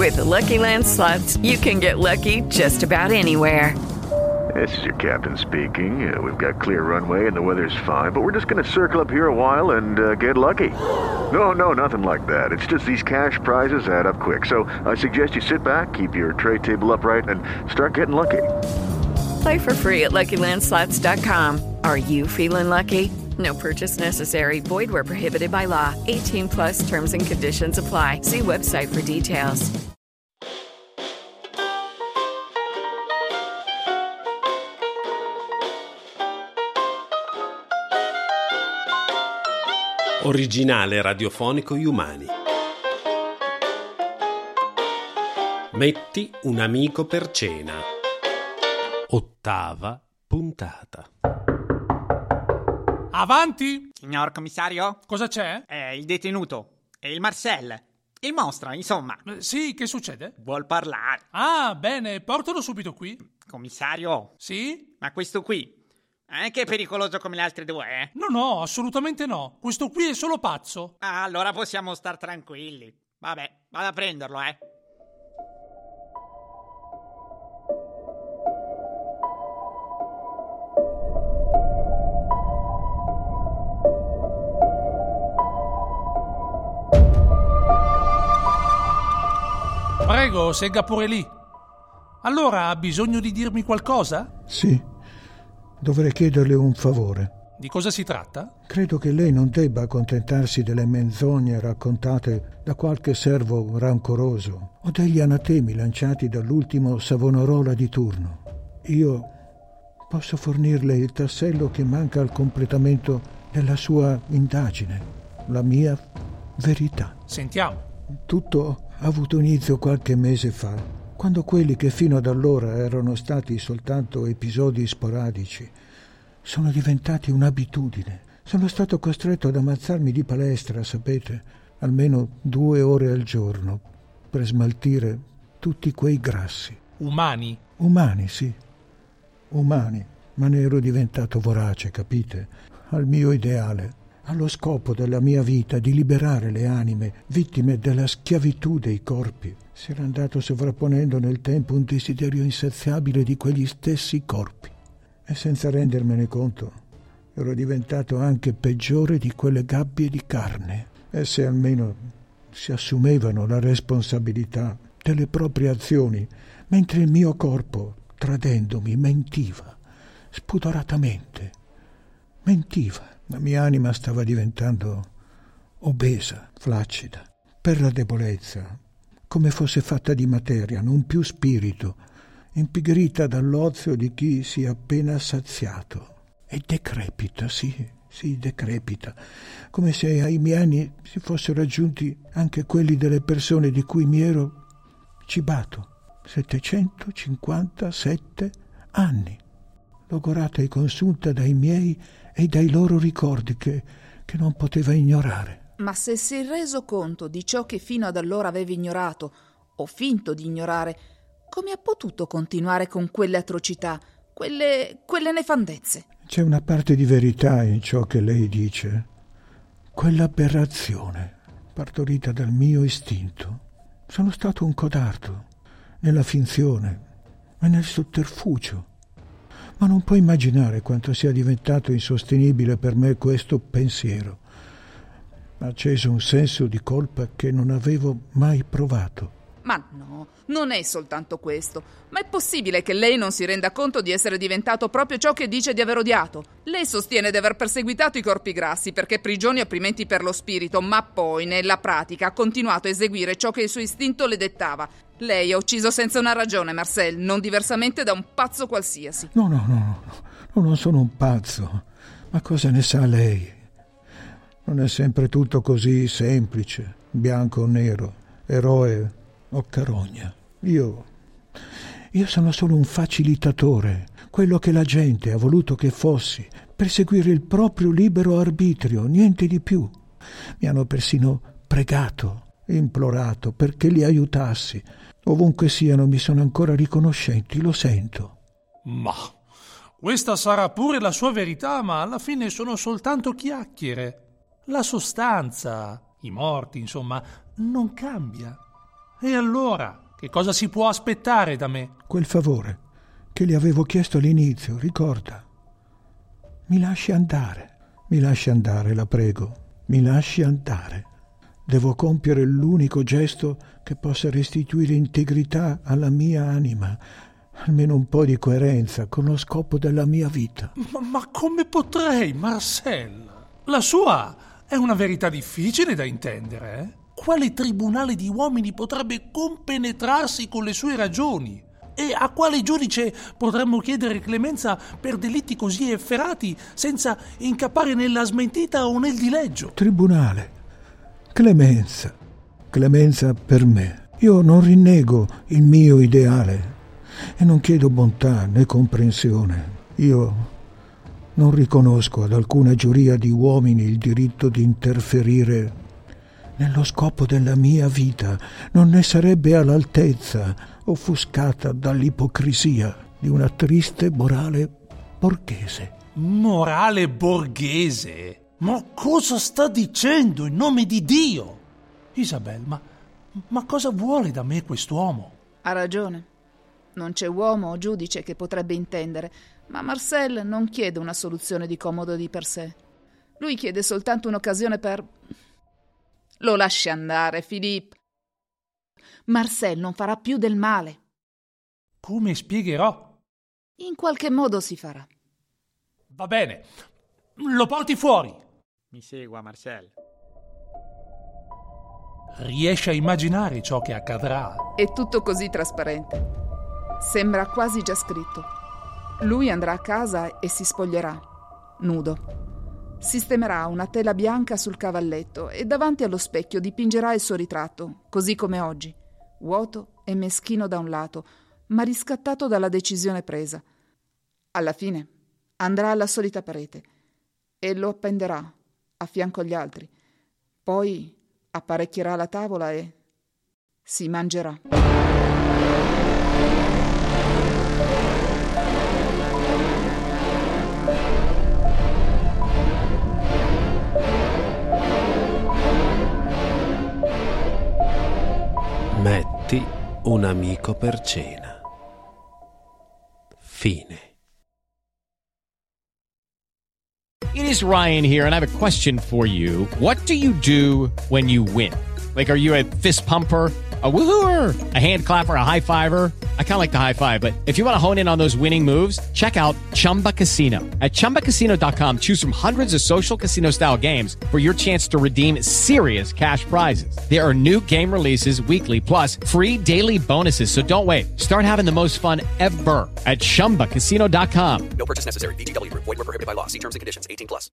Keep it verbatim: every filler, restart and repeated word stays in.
With the Lucky Land Slots, you can get lucky just about anywhere. This is your captain speaking. Uh, we've got clear runway and the weather's fine, but we're just going to circle up here a while and uh, get lucky. No, no, nothing like that. It's just these cash prizes add up quick. So I suggest you sit back, keep your tray table upright, and start getting lucky. Play for free at Lucky Land Slots dot com. Are you feeling lucky? No purchase necessary. Void where prohibited by law. eighteen plus terms and conditions apply. See website for details. Originale radiofonico Umani. Metti un amico per cena. Ottava puntata. Avanti! Signor commissario? Cosa c'è? È il detenuto. È il Marcel. Il mostro, insomma. Eh, sì, che succede? Vuol parlare. Ah, bene, portalo subito qui. Commissario? Sì? Ma questo qui è anche pericoloso come le altre due, eh? No, no, assolutamente no. Questo qui è solo pazzo. Ah, allora possiamo star tranquilli. Vabbè, vado a prenderlo, eh. Prego, segga pure lì. Allora, ha bisogno di dirmi qualcosa? Sì, dovrei chiederle un favore. Di cosa si tratta? Credo che lei non debba accontentarsi delle menzogne raccontate da qualche servo rancoroso o degli anatemi lanciati dall'ultimo Savonarola di turno. Io posso fornirle il tassello che manca al completamento della sua indagine, la mia verità. Sentiamo. Tutto ha avuto inizio qualche mese fa, quando quelli che fino ad allora erano stati soltanto episodi sporadici sono diventati un'abitudine. Sono stato costretto ad ammazzarmi di palestra, sapete, almeno due ore al giorno, per smaltire tutti quei grassi. Umani? Umani, sì. Umani, ma ne ero diventato vorace, capite? Al mio ideale, allo scopo della mia vita di liberare le anime vittime della schiavitù dei corpi. Si era andato sovrapponendo nel tempo un desiderio insaziabile di quegli stessi corpi. E senza rendermene conto, ero diventato anche peggiore di quelle gabbie di carne. Esse almeno si assumevano la responsabilità delle proprie azioni, mentre il mio corpo, tradendomi, mentiva, spudoratamente. Mentiva. La mia anima stava diventando obesa, flaccida, per la debolezza, come fosse fatta di materia, non più spirito, impigrita dall'ozio di chi si è appena saziato. E decrepita, sì, sì, decrepita, come se ai miei anni si fossero aggiunti anche quelli delle persone di cui mi ero cibato. settecentocinquantasette anni, logorata e consunta dai miei e dai loro ricordi che, che non poteva ignorare. Ma se si è reso conto di ciò che fino ad allora aveva ignorato, o finto di ignorare, come ha potuto continuare con quelle atrocità, quelle, quelle nefandezze? C'è una parte di verità in ciò che lei dice. Quell'aberrazione, partorita dal mio istinto. Sono stato un codardo, nella finzione e nel sotterfugio. Ma non puoi immaginare quanto sia diventato insostenibile per me questo pensiero. Ha acceso un senso di colpa che non avevo mai provato. Ma no, non è soltanto questo. Ma è possibile che lei non si renda conto di essere diventato proprio ciò che dice di aver odiato? Lei sostiene di aver perseguitato i corpi grassi perché prigioni opprimenti per lo spirito, ma poi, nella pratica, ha continuato a eseguire ciò che il suo istinto le dettava. Lei ha ucciso senza una ragione, Marcel, non diversamente da un pazzo qualsiasi. No, no, no, no, non sono un pazzo. Ma cosa ne sa lei? Non è sempre tutto così semplice, bianco o nero, eroe o carogna. Io, io sono solo un facilitatore, quello che la gente ha voluto che fossi, per seguire il proprio libero arbitrio, niente di più. Mi hanno persino pregato, implorato perché li aiutassi. Ovunque siano mi sono ancora riconoscenti, lo sento. Ma questa sarà pure la sua verità, ma alla fine sono soltanto chiacchiere. La sostanza, i morti, insomma, non cambia. E allora, che cosa si può aspettare da me? Quel favore che le avevo chiesto all'inizio, ricorda? Mi lasci andare, mi lasci andare, la prego, mi lasci andare. Devo compiere l'unico gesto che possa restituire integrità alla mia anima, almeno un po' di coerenza con lo scopo della mia vita. Ma, ma come potrei, Marcel? La sua è una verità difficile da intendere, eh? Quale tribunale di uomini potrebbe compenetrarsi con le sue ragioni? E a quale giudice potremmo chiedere clemenza per delitti così efferati senza incappare nella smentita o nel dileggio? Tribunale. Clemenza. Clemenza per me. Io non rinnego il mio ideale e non chiedo bontà né comprensione. Io non riconosco ad alcuna giuria di uomini il diritto di interferire nello scopo della mia vita. Non ne sarebbe all'altezza, offuscata dall'ipocrisia di una triste morale borghese. Morale borghese? Ma cosa sta dicendo in nome di Dio? Isabel, ma, ma cosa vuole da me quest'uomo? Ha ragione. Non c'è uomo o giudice che potrebbe intendere, ma Marcel non chiede una soluzione di comodo di per sé. Lui chiede soltanto un'occasione per... Lo lasci andare, Philippe. Marcel non farà più del male. Come spiegherò? In qualche modo si farà. Va bene, lo porti fuori. Mi segua, Marcel. Riesci a immaginare ciò che accadrà? È tutto così trasparente. Sembra quasi già scritto. Lui andrà a casa e si spoglierà, nudo. Sistemerà una tela bianca sul cavalletto e davanti allo specchio dipingerà il suo ritratto, così come oggi, vuoto e meschino da un lato, ma riscattato dalla decisione presa. Alla fine andrà alla solita parete e lo appenderà a fianco agli altri. Poi apparecchierà la tavola e si mangerà. Metti un amico per cena. Fine. It is Ryan here, and I have a question for you. What do you do when you win? Like, are you a fist pumper, a woohooer, a hand clapper, a high fiver? I kind of like the high five, but if you want to hone in on those winning moves, check out Chumba Casino. At chumba casino dot com, choose from hundreds of social casino style games for your chance to redeem serious cash prizes. There are new game releases weekly, plus free daily bonuses. So don't wait. Start having the most fun ever at chumba casino dot com. No purchase necessary. V G W Group. Void where prohibited by law. See terms and conditions. eighteen plus.